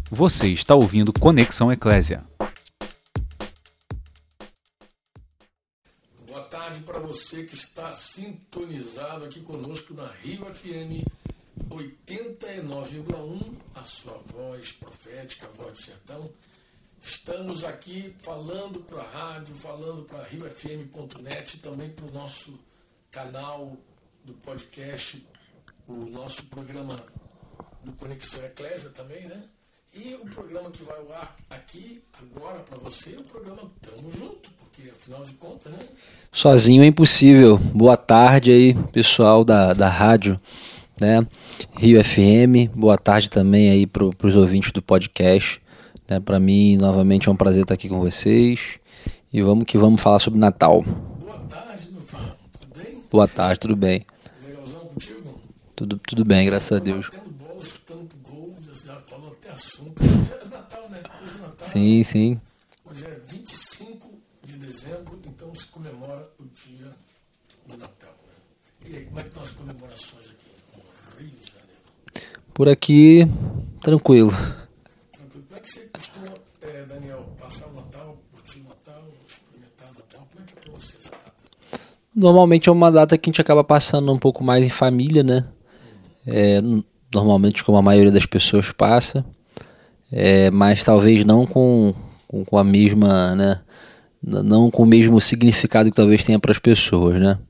Você está ouvindo Conexão Eclésia. Boa tarde para você que está sintonizado aqui conosco na Rio FM 89,1, a sua voz profética, a voz do sertão. Estamos aqui falando para a rádio, falando para riofm.net e também para o nosso canal do podcast, o nosso programa do Conexão Eclésia também, né? E o programa que vai ao ar aqui agora para você, o programa Tamo Junto, porque afinal de contas, né? Sozinho é impossível. Boa tarde aí, pessoal da rádio, né? Rio FM. Boa tarde também aí para os ouvintes do podcast. Né? Para mim, novamente, é um prazer estar aqui com vocês. E vamos falar sobre Natal. Boa tarde, meu filho. Tudo bem? Boa tarde, tudo bem? Legalzão contigo? Tudo bem, graças a Deus. Batendo bola, chutando pro gol, já falou até assunto. Hoje é Natal, né? Hoje é Natal. Sim. Hoje é 25 de dezembro, então se comemora o dia do Natal. Né? E aí, como é que estão as comemorações aqui no Rio de Janeiro? Por aqui, tranquilo. Tranquilo. Como é que você costuma, Daniel, passar o Natal, curtir o Natal, experimentar o Natal? Como é que é para você essa data? Normalmente é uma data que a gente acaba passando um pouco mais em família, né? Normalmente como a maioria das pessoas passa. Mas talvez não com a mesma, né? Não com o mesmo significado que talvez tenha para as pessoas, né?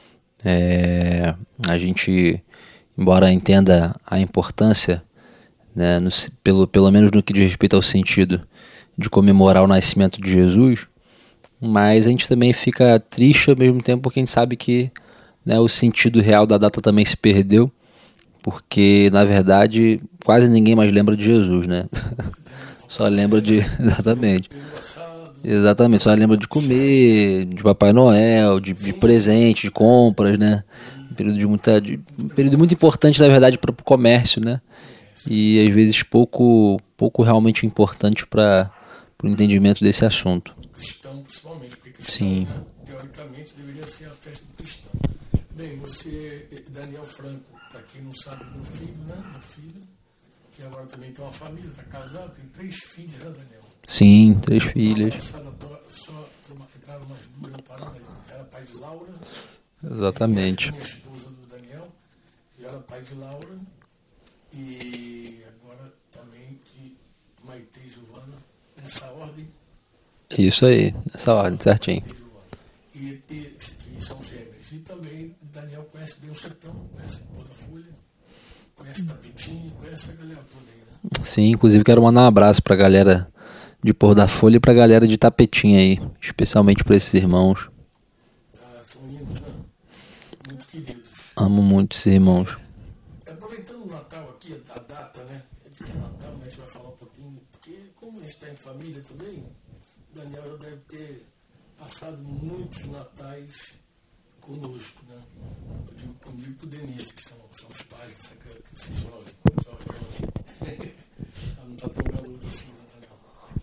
A gente, embora entenda a importância, né, pelo menos no que diz respeito ao sentido de comemorar o nascimento de Jesus, mas a gente também fica triste ao mesmo tempo porque a gente sabe que, né, o sentido real da data também se perdeu, porque na verdade quase ninguém mais lembra de Jesus, né? Só lembra de... Exatamente, só lembra de comer, de Papai Noel, de presente, de compras, né? Um período muito importante, na verdade, para o comércio, né? E às vezes pouco realmente importante para o entendimento desse assunto. Cristão, principalmente, porque cristão, Sim. né, teoricamente, deveria ser a festa do cristão. Bem, você, Daniel Franco, para quem não sabe, meu filho, né? Meu filho, que agora também tem uma família, está casado, tem 3 filhas, né, Daniel? Sim, 3 filhas. Só entraram umas 2 na parada, era pai de Laura. Exatamente. Minha esposa do Daniel, já era pai de Laura. E agora também de Maite e Giovana, nessa ordem. Isso aí, nessa ordem, certinho. E são gêmeos. E também Daniel conhece bem o sertão, conhece Pôr da Folha, conhece Tapetinho, conhece a galera toda aí, né? Sim, inclusive quero mandar um abraço pra galera de Pôr da Folha e pra galera de Tapetinho aí, especialmente pra esses irmãos. São lindos, né? Muito queridos. Amo muito esses irmãos. Aproveitando o Natal aqui, a data, né? É de Natal, né? A gente vai falar um pouquinho, porque como a gente está em família também, o Daniel já deve ter passado muitos natais conosco, né? Eu digo comigo e com o Denise, que são os pais desse jovem. Ela não está tão garoto assim, né, Daniel?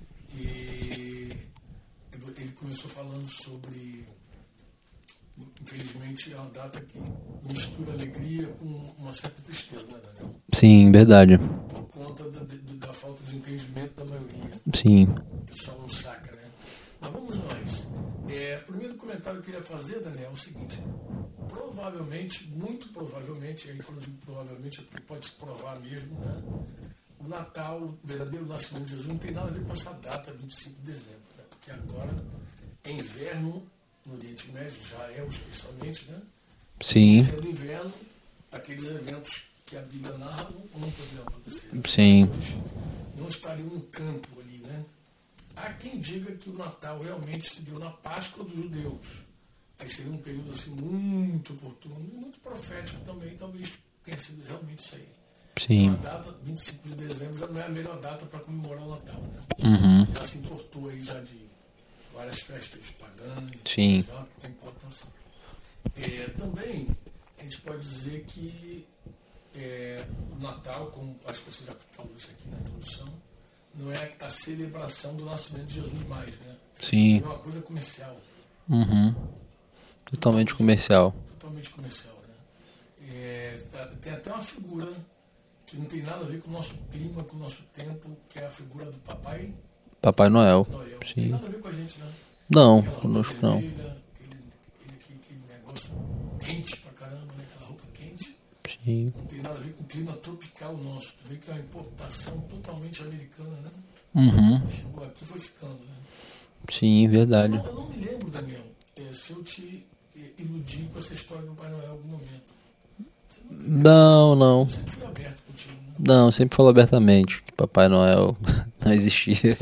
E ele começou falando sobre, infelizmente, é uma data que mistura alegria com uma certa tristeza, né, Daniel? Sim, verdade. Por conta da falta de entendimento da maioria. Sim. O pessoal não saca, né? Mas vamos nós. O primeiro comentário que eu queria fazer, Daniel, é o seguinte. Provavelmente, muito provavelmente, aí quando eu digo provavelmente, é porque pode se provar mesmo, né? O Natal, o verdadeiro nascimento de Jesus, não tem nada a ver com essa data, 25 de dezembro, né? Porque agora é inverno no Oriente Médio, já é especialmente, né? Sim. Sendo inverno, aqueles eventos que a Bíblia narra não poderiam acontecer. Sim. Não estariam no campo ali, né? Há quem diga que o Natal realmente se deu na Páscoa dos judeus. Aí seria um período assim muito oportuno e muito profético também, talvez tenha sido realmente isso aí. Sim. A data 25 de dezembro já não é a melhor data para comemorar o Natal, né? Uhum. Já se importou aí já de várias festas pagãs. Sim. Já tem importância. Também a gente pode dizer que o Natal, como acho que você já falou isso aqui na introdução, não é a celebração do nascimento de Jesus mais, né? Sim. É uma coisa comercial. Uhum. Totalmente comercial. Totalmente comercial, né? Tem até uma figura que não tem nada a ver com o nosso clima, com o nosso tempo, que é a figura do Papai Papai Noel. Noel. Não Sim. tem nada a ver com a gente, né? Não, Aquela roupa conosco não. vermelha, aquele negócio quente pra caramba, né? Aquela roupa quente. Sim. Não tem nada a ver com o clima tropical nosso. Tu vê que é uma importação totalmente americana, né? Uhum. Chegou aqui e foi ficando, né? Sim, verdade. Eu não me lembro, Daniel, se eu te iludi com essa história do Papai Noel em algum momento. Não, não. Eu sempre fui aberto contigo, né? Não, sempre falo abertamente que Papai Noel não existia.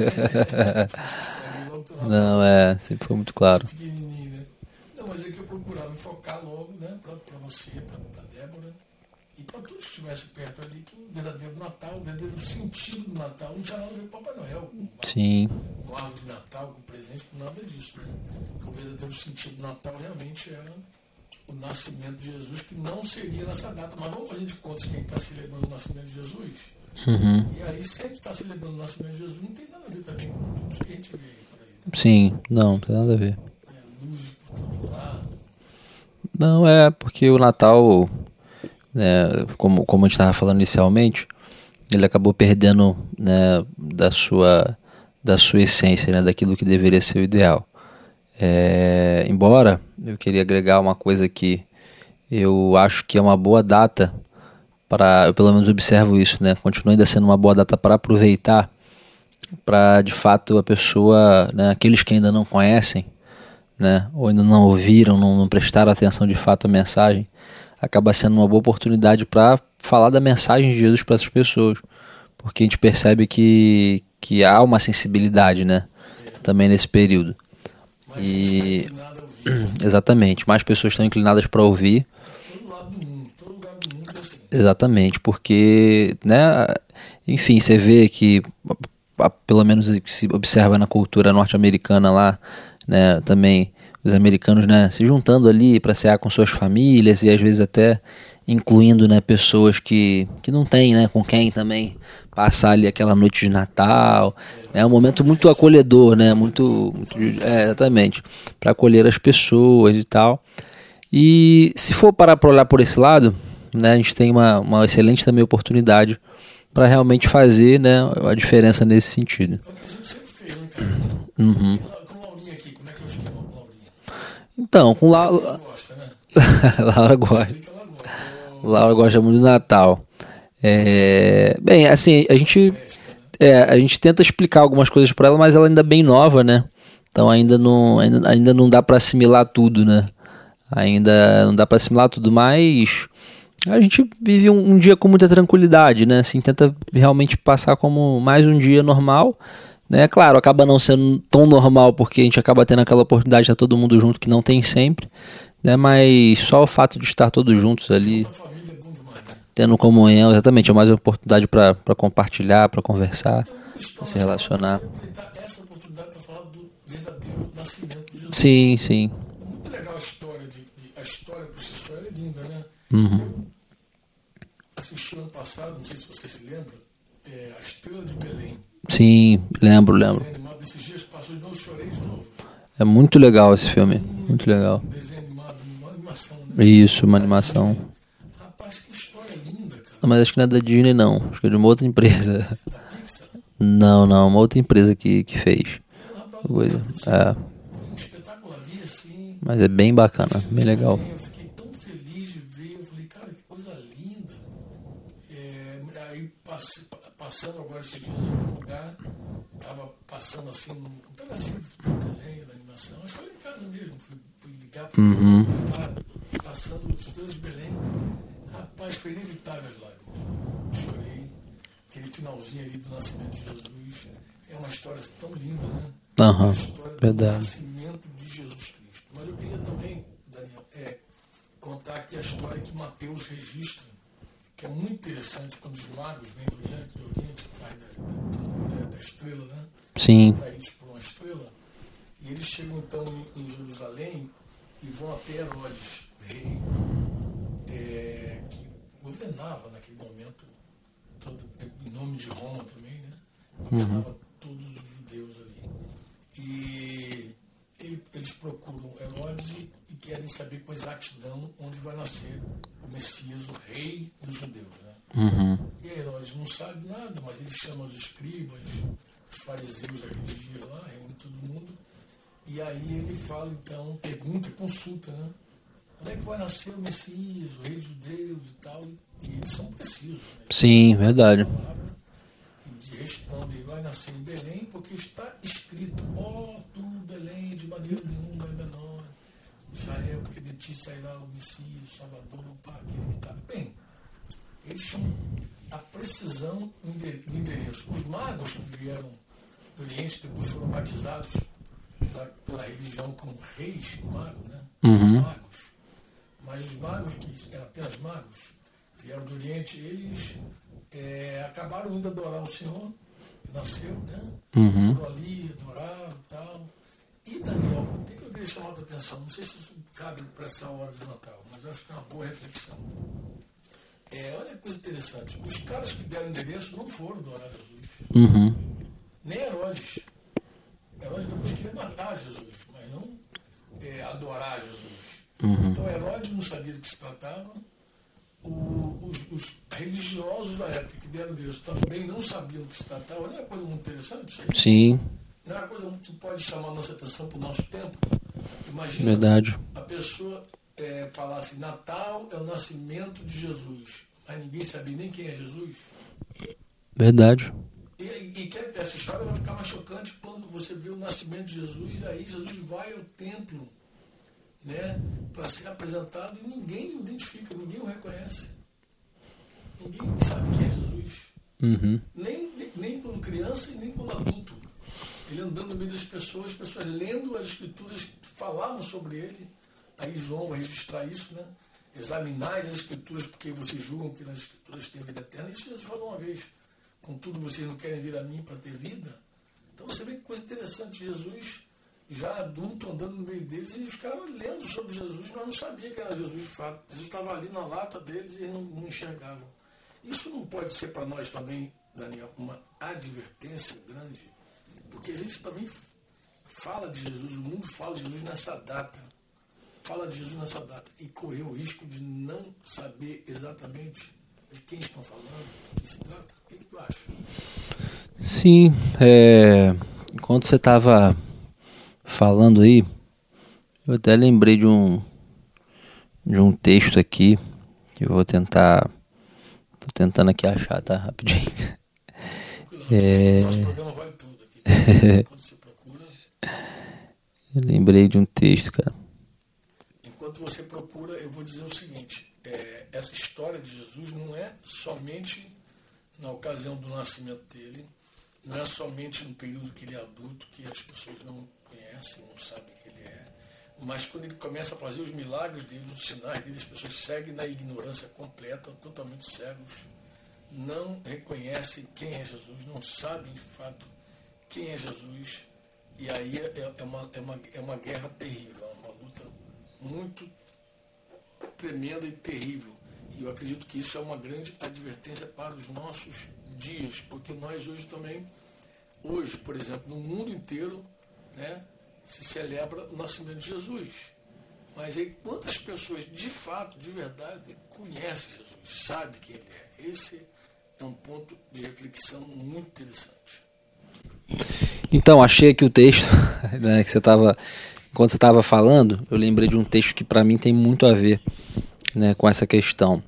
Não, sempre foi muito claro. Pequenininho, né? Não, mas é que eu procurava me focar logo, né? Pra você, pra Débora e pra todos que estivessem perto ali, que o verdadeiro Natal, o verdadeiro sentido do Natal não tinha nada a ver com o Papai Noel, Sim, com árvore de Natal, com presente, com nada disso, né? O verdadeiro sentido do Natal realmente era o nascimento de Jesus, que não seria nessa data. Mas vamos fazer de contas quem está celebrando o nascimento de Jesus. uhum. E aí, se a gente está celebrando o nascimento de Jesus, não tem nada a ver também com tudo que a gente vê aí por aí, né? Sim, não tem nada a ver. Luz por todo lado. Não, porque o Natal, né, como a gente estava falando inicialmente, ele acabou perdendo, né, da sua essência, né, daquilo que deveria ser o ideal. Embora eu queria agregar uma coisa que eu acho que é uma boa data para, eu pelo menos observo isso, né, continua ainda sendo uma boa data para aproveitar, para de fato a pessoa, né, aqueles que ainda não conhecem, né, ou ainda não ouviram, não prestaram atenção de fato à mensagem, acaba sendo uma boa oportunidade para falar da mensagem de Jesus para essas pessoas, porque a gente percebe que há uma sensibilidade, né, também nesse período. Mas E não tem nada a ouvir. exatamente, mais pessoas estão inclinadas para ouvir. Todo lado do mundo, todo lugar do mundo é assim. Exatamente, porque, né, enfim, você vê que, pelo menos se observa na cultura norte-americana lá, né, também os americanos, né, se juntando ali para cear com suas famílias e às vezes até incluindo, né, pessoas que não têm, né, com quem também passar ali aquela noite de Natal. É um momento muito acolhedor, né, exatamente, para acolher as pessoas e tal. E se for parar para olhar por esse lado, né, a gente tem uma excelente também oportunidade para realmente fazer, né, a diferença nesse sentido. É o que a gente sempre fez, né, cara? Uhum. Com a Laurinha aqui, como é que é o esquema com a Laurinha? Então, com Ela Laura, gosta, né? Laura gosta. Que ela gosta. Laura gosta muito do Natal. Bem, assim, a gente tenta explicar algumas coisas para ela, mas ela ainda é bem nova, né? Então ainda não dá para assimilar tudo, né? Ainda não dá para assimilar tudo, mas a gente vive um dia com muita tranquilidade, né? Assim, tenta realmente passar como mais um dia normal, né? Claro, acaba não sendo tão normal porque a gente acaba tendo aquela oportunidade de estar todo mundo junto que não tem sempre, né? Mas só o fato de estar todos juntos ali, A família é bom demais, né? tendo comunhão, exatamente, é mais uma oportunidade para compartilhar, para conversar, para se relacionar. Aproveitar essa oportunidade para falar do verdadeiro nascimento de Jesus. Sim, sim. Muito legal a história, a história por si só é linda, né? Uhum. Eu assisti ano passado, não sei se você se lembra, A Estrela de Belém. Sim, lembro. Desenho animado, desses dias passou de novo, eu chorei de novo. É muito legal esse filme, muito legal. Um desenho animado, uma animação, né? Isso, uma animação. Rapaz, que história linda, cara. Não, mas acho que não é da Disney não, acho que é de uma outra empresa. Da Pixar. Não, uma outra empresa que fez. Coisa. Um espetáculo ali, assim. Mas é bem bacana, bem legal. Eu fiquei tão feliz de ver. Eu falei, cara, que coisa linda. Aí passando agora esse dia em algum lugar, tava passando assim um pedacinho do desenho, da animação. Acho que foi em casa mesmo. Fui ligar para passando os Estrelas de Belém. Rapaz, foi inevitável as lágrimas. Chorei. Aquele finalzinho ali do nascimento de Jesus. É uma história tão linda, né? Aham, A história do verdade. nascimento de Jesus Cristo. Mas eu queria também, Daniel, contar aqui a história que Mateus registra, que é muito interessante quando os magos vêm do Oriente atrás da estrela, né? Sim, Atraídos por uma estrela. E eles chegam então em Jerusalém e vão até Herodes, rei, que governava naquele momento, em nome de Roma também, né? Governava todos os judeus ali. E eles procuram Herodes e querem saber com exatidão onde vai nascer o Messias, o rei dos judeus, né? uhum. E Herodes não sabe nada, mas ele chama os escribas, os fariseus daquele dia lá, reúne todo mundo, e aí ele fala, então, pergunta, consulta, né? Onde é que vai nascer o Messias, o rei dos judeus e tal? E eles são precisos. Né? Sim, verdade. E responde, vai nascer em Belém, porque está escrito, tu, Belém, de maneira nenhuma é menor. Israel, porque de ti sairá o Messias, o Salvador, o Pai, aquele que está bem. Eles chamam a precisão do endereço. Os magos que vieram do Oriente, depois foram batizados pela religião como reis magos, né? Uhum. Os magos. Mas os magos, que eram apenas magos, vieram do Oriente, eles acabaram indo adorar o Senhor, que nasceu, né? Uhum. Foram ali, adoraram e tal. E Daniel, por que eu queria chamar a atenção? Não sei se isso cabe para essa hora de Natal, mas eu acho que é uma boa reflexão. Olha que coisa interessante. Os caras que deram endereço não foram adorar Jesus. Uhum. Nem Herodes. Herodes depois queria matar Jesus, mas não adorar Jesus. Uhum. Então Herodes não sabia do que se tratava. Os religiosos da época que deram endereço também não sabiam do que se tratava. Não é uma coisa muito interessante isso aí? Sim. Não é uma coisa que pode chamar a nossa atenção para o nosso tempo? Imagina Verdade. a pessoa falar assim, Natal é o nascimento de Jesus, mas ninguém sabia nem quem é Jesus. Verdade. E essa história vai ficar mais chocante quando você vê o nascimento de Jesus, e aí Jesus vai ao templo, né, para ser apresentado e ninguém o identifica, ninguém o reconhece. Ninguém sabe quem é Jesus. Uhum. Nem quando criança e nem quando adulto. Ele andando no meio das pessoas lendo as escrituras que falavam sobre ele. Aí João vai registrar isso, né? Examinai as escrituras porque vocês julgam que nas escrituras tem vida eterna. Isso Jesus falou uma vez. Contudo, vocês não querem vir a mim para ter vida. Então você vê que coisa interessante. Jesus, já adulto, andando no meio deles, e os caras lendo sobre Jesus, mas não sabiam que era Jesus de fato. Jesus estava ali na lata deles e eles não enxergavam. Isso não pode ser para nós também, Daniel, uma advertência grande, porque a gente também fala de Jesus, o mundo fala de Jesus nessa data. Fala de Jesus nessa data e correu o risco de não saber exatamente de quem estão falando, do que se trata. O que tu acha? Sim, enquanto você estava falando aí, eu até lembrei de um texto aqui, que eu vou tentar, tô tentando aqui achar, tá? Rapidinho. Nosso programa vale tudo aqui. Quando você procura... Eu lembrei de um texto, cara. Enquanto você procura, eu vou dizer o seguinte, essa história de Jesus não é somente na ocasião do nascimento dele, não é somente no período que ele é adulto, que as pessoas não conhecem, não sabem quem ele é, mas quando ele começa a fazer os milagres dele, os sinais dele, as pessoas seguem na ignorância completa, totalmente cegos, não reconhecem quem é Jesus, não sabem de fato quem é Jesus, e aí é uma guerra terrível, uma luta muito tremenda e terrível. E eu acredito que isso é uma grande advertência para os nossos dias, porque nós hoje, por exemplo, no mundo inteiro, né, se celebra o nascimento de Jesus. Mas aí quantas pessoas de fato, de verdade, conhecem Jesus, sabem quem ele é? Esse é um ponto de reflexão muito interessante. Então, achei aqui o texto, né, que você estava... Enquanto você estava falando, eu lembrei de um texto que para mim tem muito a ver, né, com essa questão.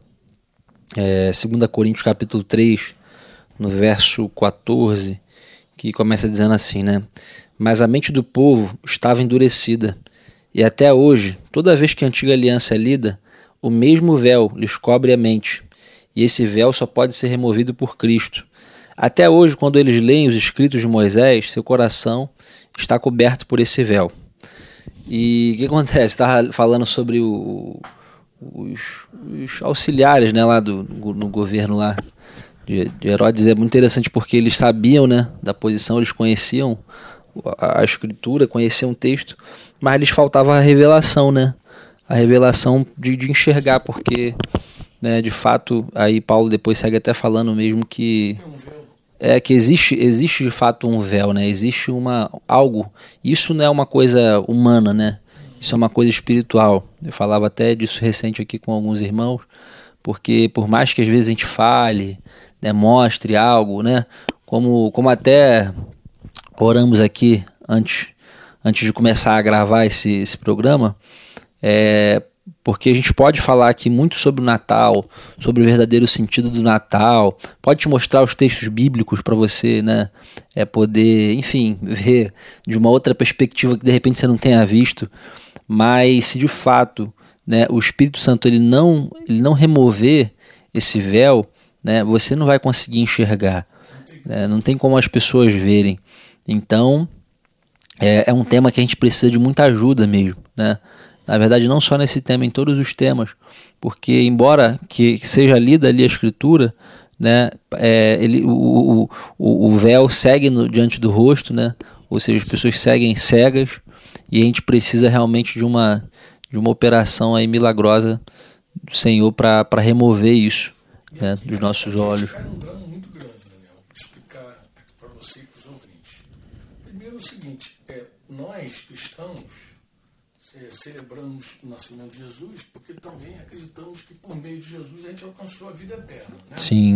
2 Coríntios capítulo 3, no verso 14, que começa dizendo assim, né? Mas a mente do povo estava endurecida, e até hoje, toda vez que a antiga aliança é lida, o mesmo véu lhes cobre a mente, e esse véu só pode ser removido por Cristo. Até hoje, quando eles leem os escritos de Moisés, seu coração está coberto por esse véu. E o que acontece? Estava falando sobre os auxiliares, né, lá no governo lá de Herodes. É muito interessante porque eles sabiam, né, da posição, eles conheciam a escritura, conheciam o texto, mas lhes faltava a revelação, né? A revelação de enxergar, porque, né, de fato, aí Paulo depois segue até falando mesmo que que existe de fato um véu, né? Existe algo. Isso não é uma coisa humana, né? Isso é uma coisa espiritual. Eu falava até disso recente aqui com alguns irmãos, porque por mais que às vezes a gente fale, né, mostre algo, né? Como até oramos aqui antes de começar a gravar esse programa, porque a gente pode falar aqui muito sobre o Natal, sobre o verdadeiro sentido do Natal, pode te mostrar os textos bíblicos para você, né, poder, enfim, ver de uma outra perspectiva que de repente você não tenha visto, mas se de fato, né, o Espírito Santo ele não remover esse véu, né, você não vai conseguir enxergar, né, não tem como as pessoas verem. Então é um tema que a gente precisa de muita ajuda mesmo, né? Na verdade, não só nesse tema, em todos os temas, porque embora que seja lida ali a Escritura, né, o véu segue diante do rosto, né? Ou seja, as pessoas seguem cegas, e a gente precisa realmente de uma operação aí milagrosa do Senhor para remover isso, né, dos nossos olhos. É um drama muito grande, Daniel. Vou explicar aqui para você e para os ouvintes. Primeiro, o seguinte: nós cristãos celebramos o nascimento de Jesus porque também acreditamos que por meio de Jesus a gente alcançou a vida eterna, né? Sim.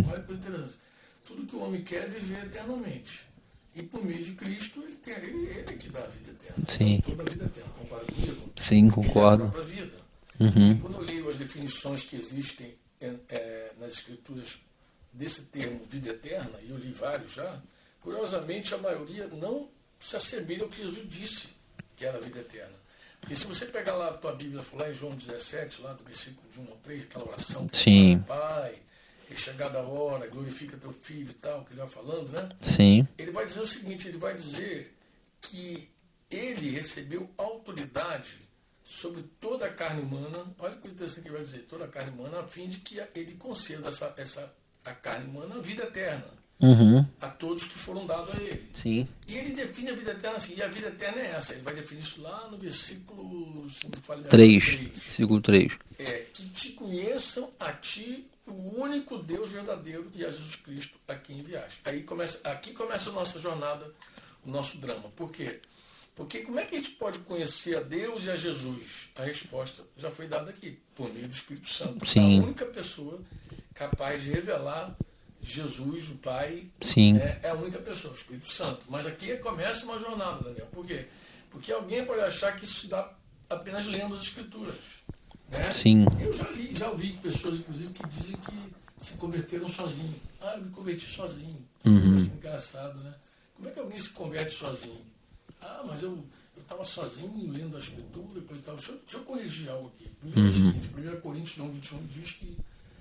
Tudo que o homem quer é viver eternamente. E por meio de Cristo, ele é que dá a vida eterna. Sim. Toda a vida eterna. Concorda comigo? Sim, concordo. Ele é a própria vida. Uhum. E quando eu leio as definições que existem nas Escrituras desse termo vida eterna, e eu li vários já, curiosamente a maioria não se assemelha ao que Jesus disse que era a vida eterna. E se você pegar lá a tua Bíblia, lá em João 17, lá do versículo de 1 ao 3, aquela oração que Sim. Pai, é chegada a hora, glorifica teu filho e tal, que ele vai falando, né? Sim. Ele vai dizer o seguinte, ele vai dizer que ele recebeu autoridade sobre toda a carne humana, olha que coisa interessante que ele vai dizer, toda a carne humana, a fim de que ele conceda a carne humana a vida eterna. Uhum. A todos que foram dados a ele. Sim. E ele define a vida eterna assim, e a vida eterna é essa. Ele vai definir isso lá no versículo 3. Versículo 3. Que te conheçam a ti, o único Deus verdadeiro, e a Jesus Cristo a quem enviaste. Aqui começa a nossa jornada, o nosso drama. Por quê? Porque como é que a gente pode conhecer a Deus e a Jesus? A resposta já foi dada aqui, por meio do Espírito Santo. Sim. A única pessoa capaz de revelar Jesus, o Pai, Sim. É a única pessoa, o Espírito Santo. Mas aqui começa uma jornada, Daniel. Por quê? Porque alguém pode achar que isso se dá apenas lendo as Escrituras. Né? Sim. Eu já ouvi pessoas, inclusive, que dizem que se converteram sozinho. Eu me converti sozinho. Uhum. Isso é engraçado, né? Como é que alguém se converte sozinho? Mas eu estava sozinho lendo a Escritura, coisa e tal. Deixa eu corrigir algo aqui. Primeiro, é o seguinte, 1 Coríntios 1:21 diz que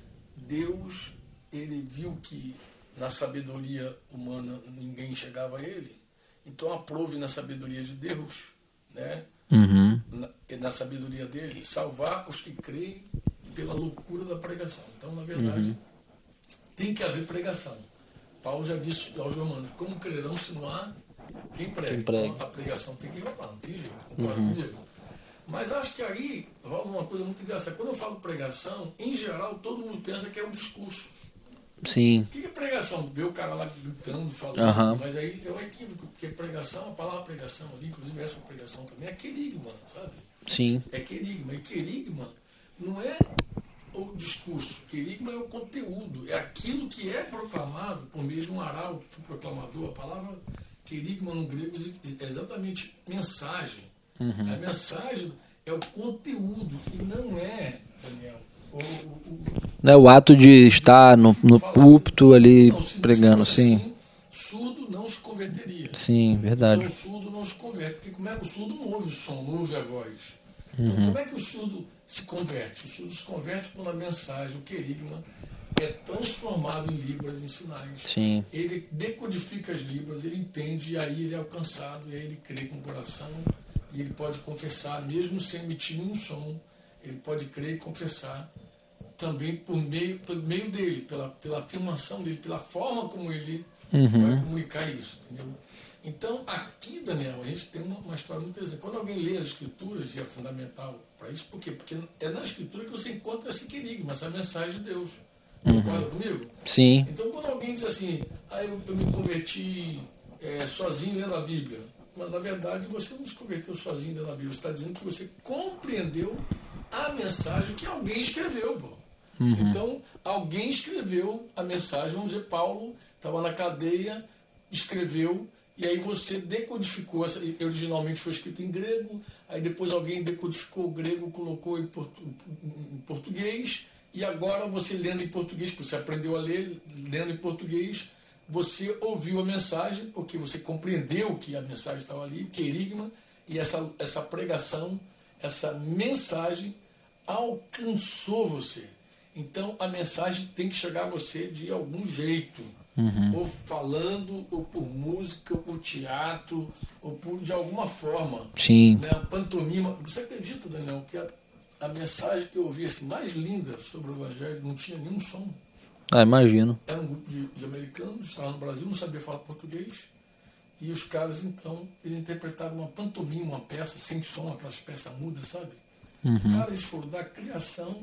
Deus, ele viu que na sabedoria humana ninguém chegava a ele, então aprove na sabedoria de Deus, né? Uhum. Na sabedoria dele, salvar os que creem pela loucura da pregação. Então, na verdade, tem que haver pregação. Paulo já disse aos romanos, como crerão se não há quem pregue? Então, a pregação tem que rolar, não tem jeito, concorda comigo? Mas acho que aí rola uma coisa muito engraçada. Quando eu falo pregação, em geral, todo mundo pensa que é um discurso. Sim. O que é pregação? Ver o cara lá gritando, falando, mas aí é um equívoco, porque pregação, a palavra pregação ali, inclusive essa pregação também, é querigma, sabe? Sim. É querigma. E querigma não é o discurso, querigma é o conteúdo, é aquilo que é proclamado por meio de um arauto, um proclamador. A palavra querigma no grego é exatamente mensagem. A mensagem é o conteúdo e não é, Daniel, o ato de estar no púlpito ali pregando, sim. Surdo não se converteria. Sim, verdade. Então o surdo não se converte, porque como é que o surdo não ouve o som, não ouve a voz? Então como é que o surdo se converte? O surdo se converte quando a mensagem, o querigma, é transformado em libras, em sinais. Sim. Ele decodifica as libras, ele entende, e aí ele é alcançado, e aí ele crê com o coração, e ele pode confessar, mesmo sem emitir nenhum som, ele pode crer e confessar também por meio dele, pela afirmação dele, pela forma como ele vai comunicar isso, entendeu? Então, aqui, Daniel, a gente tem uma história muito interessante. Quando alguém lê as Escrituras, e é fundamental para isso, por quê? Porque é na Escritura que você encontra esse querigma, essa mensagem de Deus. Concorda comigo? Sim. Então, quando alguém diz assim, eu me converti sozinho lendo a Bíblia, mas na verdade você não se converteu sozinho lendo a Bíblia, você está dizendo que você compreendeu a mensagem que alguém escreveu, pô. Então, alguém escreveu a mensagem, vamos dizer, Paulo estava na cadeia, escreveu, e aí você decodificou, originalmente foi escrito em grego, aí depois alguém decodificou o grego, colocou em português, e agora você lendo em português, porque você aprendeu a ler, lendo em português, você ouviu a mensagem, porque você compreendeu que a mensagem estava ali, o querigma, e essa pregação, essa mensagem alcançou você. Então a mensagem tem que chegar a você de algum jeito. Ou falando, ou por música, ou por teatro, ou de alguma forma. Sim. Né? Pantomima. Você acredita, Daniel, que a mensagem que eu ouvi assim, mais linda sobre o Evangelho não tinha nenhum som? Imagino. Era um grupo de americanos, estavam no Brasil, não sabia falar português, e os caras, então, eles interpretaram uma pantomima, uma peça sem som, aquelas peças mudas, sabe? Cara, eles foram da criação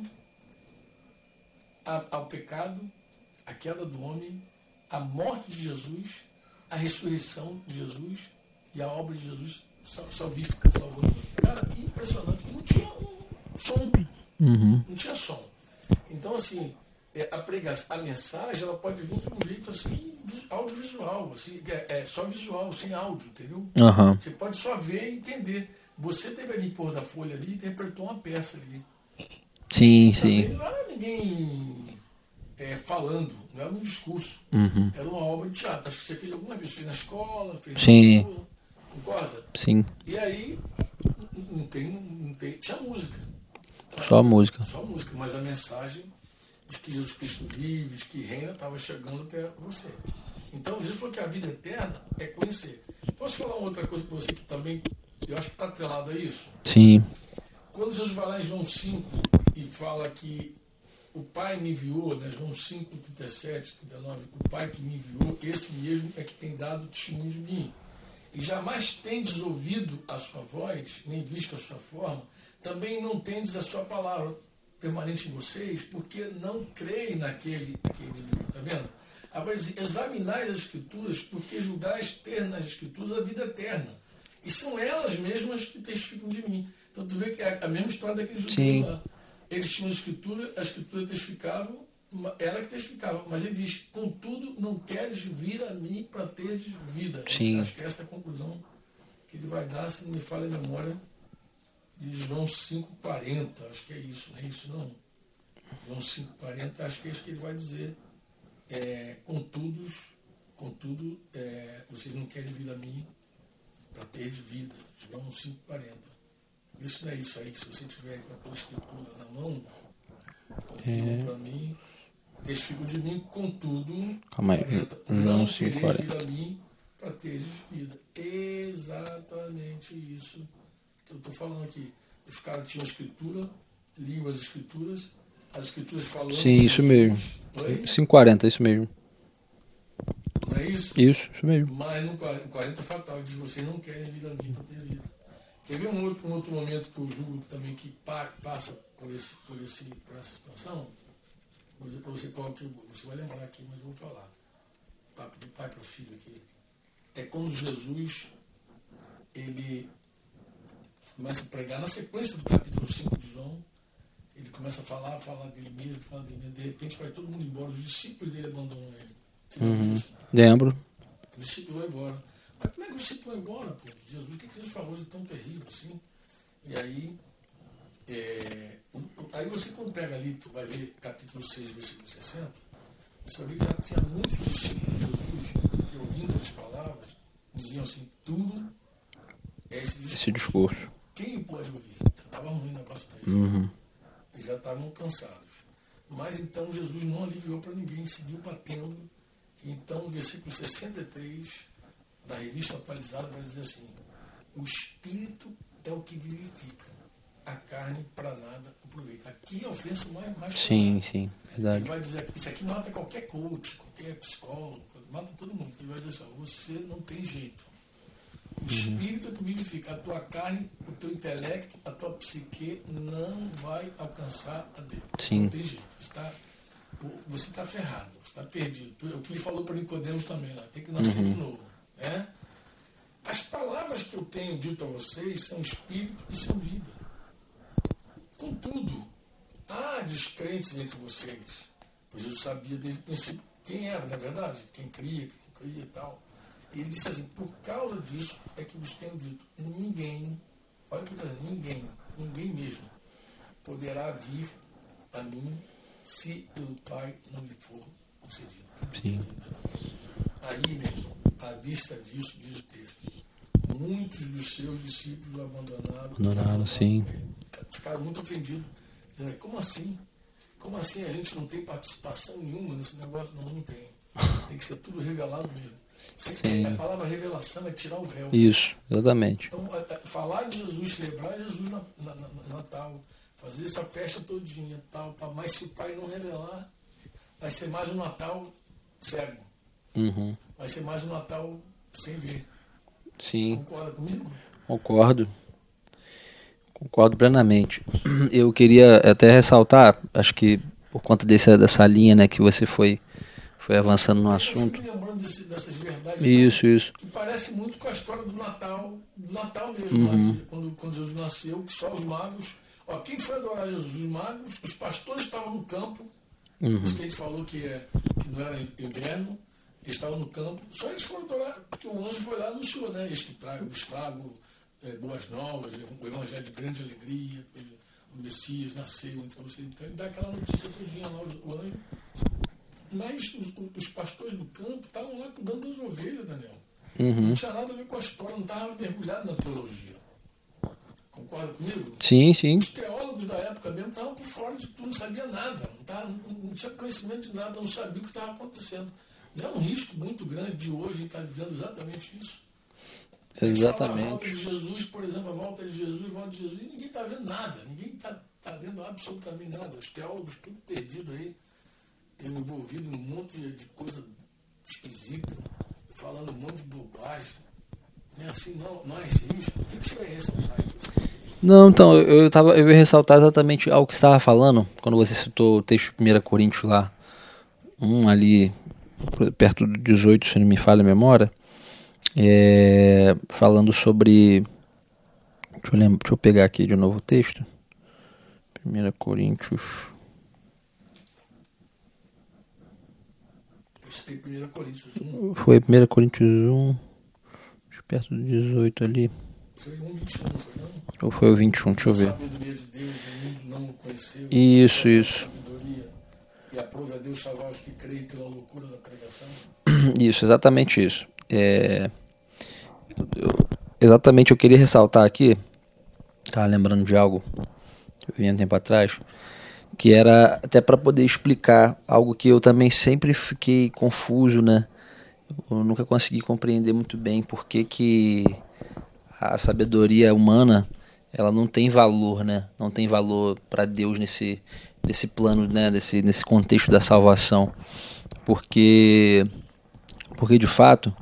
ao pecado, a queda do homem, a morte de Jesus, a ressurreição de Jesus e a obra de Jesus salvífica, salvadora. Cara, impressionante. Não tinha som. Não tinha som. Então, assim, a mensagem, ela pode vir de um jeito, assim, audiovisual, assim, só visual, sem áudio, entendeu? Você pode só ver e entender. Você teve ali pôr da folha ali e interpretou uma peça ali. Sim, Também sim. não era ninguém falando, não era um discurso. Era uma obra de teatro. Acho que você fez alguma vez, fez na escola, fez Sim. na rua, concorda? Sim. E aí, não tem, tinha música. Só música. Só música, mas a mensagem de que Jesus Cristo vive, de que reina, estava chegando até você. Então, Jesus falou que a vida eterna é conhecer. Posso falar uma outra coisa para você que também, eu acho que está atrelado a isso? Sim. Quando Jesus vai lá em João 5 e fala que o Pai me enviou, né, João 5, 37, 39, o Pai que me enviou, esse mesmo é que tem dado testemunho de mim. E jamais tendes ouvido a sua voz, nem visto a sua forma, também não tendes a sua palavra permanente em vocês, porque não creem naquele livro. Está vendo? Agora, examinais as Escrituras, porque julgais ter nas Escrituras a vida eterna. E são elas mesmas que testificam de mim. Então, tu vê que é a mesma história daqueles judeus lá. Eles tinham a Escritura testificava, ela que testificava. Mas ele diz, contudo, não queres vir a mim para teres vida. Sim. Acho que essa é a conclusão que ele vai dar, se não me falha a memória, de João 5,40. Acho que é isso, não é isso não. João 5,40, acho que é isso que ele vai dizer. Contudo, vocês não querem vir a mim para teres vida. João 5,40. Isso não é isso aí, se você tiver com a tua escritura na mão, confirma para mim, testifico de mim, contudo, Calma aí, João 5,40. vir a mim para teres vida. Exatamente isso que eu estou falando aqui. Os caras tinham a escritura, liam as escrituras falando... Sim, isso mesmo. 5,40, isso mesmo. Não é isso? Isso mesmo. Mas no 40 é fatal, diz, vocês não querem vir a mim para ter vida. Quer ver um outro momento que eu julgo também que passa por essa situação? Vou dizer para você qual que você vai lembrar aqui, mas eu vou falar. Papo de pai para filho aqui. É quando Jesus, ele começa a pregar, na sequência do capítulo 5 de João, ele começa a falar dele mesmo, de repente vai todo mundo embora, os discípulos dele abandonam ele. Você lembra disso? Lembro. Os discípulos vão embora. Mas como é que os discípulos vão embora, pô? Jesus, o que Jesus falou de tão terrível assim? E aí, aí você quando pega ali, tu vai ver capítulo 6, versículo 60, você vai ver que já tinha muitos discípulos de Jesus que, ouvindo as palavras, diziam assim, tudo é esse discurso. Quem pode ouvir? Já estava ruim o negócio para eles. Eles já estavam cansados. Mas então Jesus não aliviou para ninguém, seguiu batendo. Então, no versículo 63 da revista atualizada vai dizer assim, o Espírito é o que vivifica, a carne para nada aproveita. Aqui é a ofensa mais sim, sim, verdade. Ele vai dizer, isso aqui mata qualquer coach, qualquer psicólogo, mata todo mundo. Ele vai dizer assim, você não tem jeito. O Espírito é o que vivifica, a tua carne, o teu intelecto, a tua psique não vai alcançar a Deus. Sim. Não tem jeito. Você está ferrado, você está perdido. O que ele falou para Nicodemos também lá, tem que nascer de novo. Né? As palavras que eu tenho dito a vocês são espírito e são vida. Contudo, descrentes entre vocês. Pois Jesus sabia desde o princípio quem era, na verdade, quem cria, quem não cria e tal. E ele disse assim, por causa disso é que vos tenho dito, ninguém, olha o que eu estou dizendo, ninguém mesmo, poderá vir a mim se pelo Pai não lhe for concedido. Sim. Aí, meu irmão, à vista disso, diz o texto, muitos dos seus discípulos o abandonaram. Sim. Ficaram muito ofendidos. Dizendo, como assim? Como assim a gente não tem participação nenhuma nesse negócio? Não tem. Tem que ser tudo revelado mesmo. Sim. A palavra revelação é tirar o véu. Isso, exatamente. Então, falar de Jesus, celebrar Jesus no Natal, fazer essa festa todinha, tal, mas se o Pai não revelar, vai ser mais um Natal cego. Uhum. Vai ser mais um Natal sem ver. Sim. Concorda comigo? Concordo plenamente. Eu queria até ressaltar, acho que por conta dessa linha, né, que você foi avançando no assunto. Eu lembrando dessas verdades. Isso. Que parece muito com a história do Natal mesmo. Quando Jesus nasceu, que só os magos. Quem foi adorar Jesus? Os magos, os pastores estavam no campo. Isso que a gente falou que não era inverno. Eles estavam no campo. Só eles foram adorar, porque o anjo foi lá e anunciou, né? Eles que tragam boas novas, o evangelho de grande alegria, o Messias nasceu, então você dá aquela notícia todinha lá, o anjo. Mas os pastores do campo estavam lá cuidando das ovelhas, Daniel. Não tinha nada a ver com a história, não estava mergulhado na teologia. Concorda comigo? Sim. Os teólogos da época mesmo estavam por fora de tudo, não sabia nada, não tinha conhecimento de nada, não sabia o que estava acontecendo. É um risco muito grande de hoje, a gente está vivendo exatamente isso. Exatamente. A volta de Jesus, por exemplo, a volta de Jesus, e ninguém está vendo nada, ninguém está vendo absolutamente nada. Os teólogos tudo perdido aí, envolvido em um monte de coisa esquisita, falando um monte de bobagem. Não é assim, não é esse risco. O que seria esse, pai? Não, então, eu ia ressaltar exatamente algo que você estava falando, quando você citou o texto de 1 Coríntios lá, ali perto do 18, se não me falha a memória, falando sobre... Deixa eu pegar aqui de novo o texto. 1 Coríntios... Eu 1 Coríntios 1. Foi 1 Coríntios 1, perto do 18 ali. Foi 1:21, foi não? Ou foi o 21, deixa eu ver. A sabedoria de Deus, o mundo não o conheceu. Isso. Sabedoria, e aprove a Deus salvar os que creem pela loucura da pregação. Isso, exatamente isso. Exatamente, eu queria ressaltar aqui, estava lembrando de algo que eu vi um tempo atrás, que era até para poder explicar algo que eu também sempre fiquei confuso, né? Eu nunca consegui compreender muito bem por que a sabedoria humana ela não tem valor, né? Não tem valor para Deus nesse plano, né? Nesse contexto da salvação, porque de fato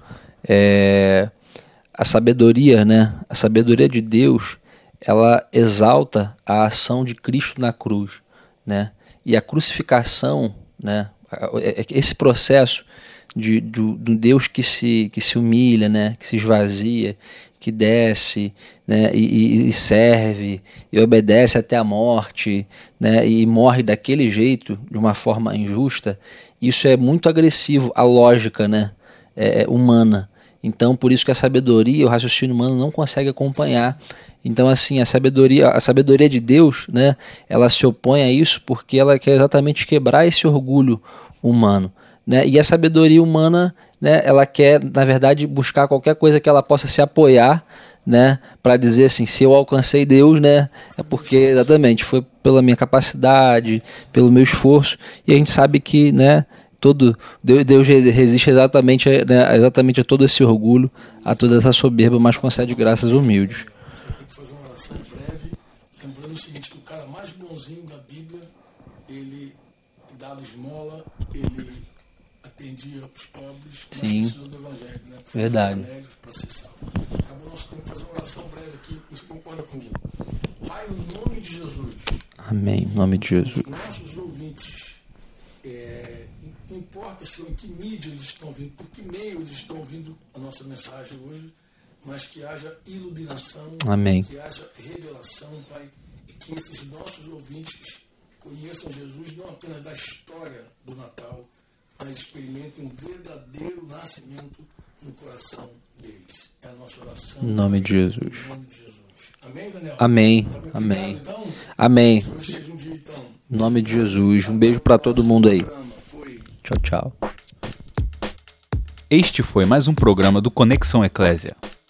a sabedoria, né? A sabedoria de Deus ela exalta a ação de Cristo na cruz, né? E a crucificação, né? Esse processo de Deus que se humilha, né? Que se esvazia, que desce, né? E serve, e obedece até a morte, né? E morre daquele jeito, de uma forma injusta. Isso é muito agressivo à lógica, né? Humana. Então, por isso que a sabedoria, o raciocínio humano não consegue acompanhar. Então, assim, a sabedoria de Deus, né, ela se opõe a isso porque ela quer exatamente quebrar esse orgulho humano, né? E a sabedoria humana, né, ela quer, na verdade, buscar qualquer coisa que ela possa se apoiar, né, para dizer assim, se eu alcancei Deus, né, é porque exatamente foi pela minha capacidade, pelo meu esforço. E a gente sabe que, né, Deus resiste exatamente a todo esse orgulho, a toda essa soberba, mas concede graças humildes. Tem que fazer uma oração breve, lembrando o seguinte, que o cara mais bonzinho da Bíblia, ele dava esmola, ele atendia os pobres, mas precisou do Evangelho, né? Verdade. Acabou o nosso tempo, fazer uma oração breve aqui, você concorda comigo? Pai, em nome de Jesus. Amém, em nome de Jesus. Os nossos ouvintes, não importa em que mídia eles estão ouvindo, por que meio eles estão ouvindo a nossa mensagem hoje, mas que haja iluminação, Amém. que haja revelação, Pai, e que esses nossos ouvintes conheçam Jesus não apenas da história do Natal, mas experimentem um verdadeiro nascimento no coração deles. É a nossa oração. Em nome de Jesus. Em nome de Jesus. Amém, Daniel? Amém. Tá Amém. então? Amém. Hoje seja um dia, então. Em nome de Jesus. Um beijo para todo mundo aí. Foi. Tchau, tchau. Este foi mais um programa do Conexão Eclésia.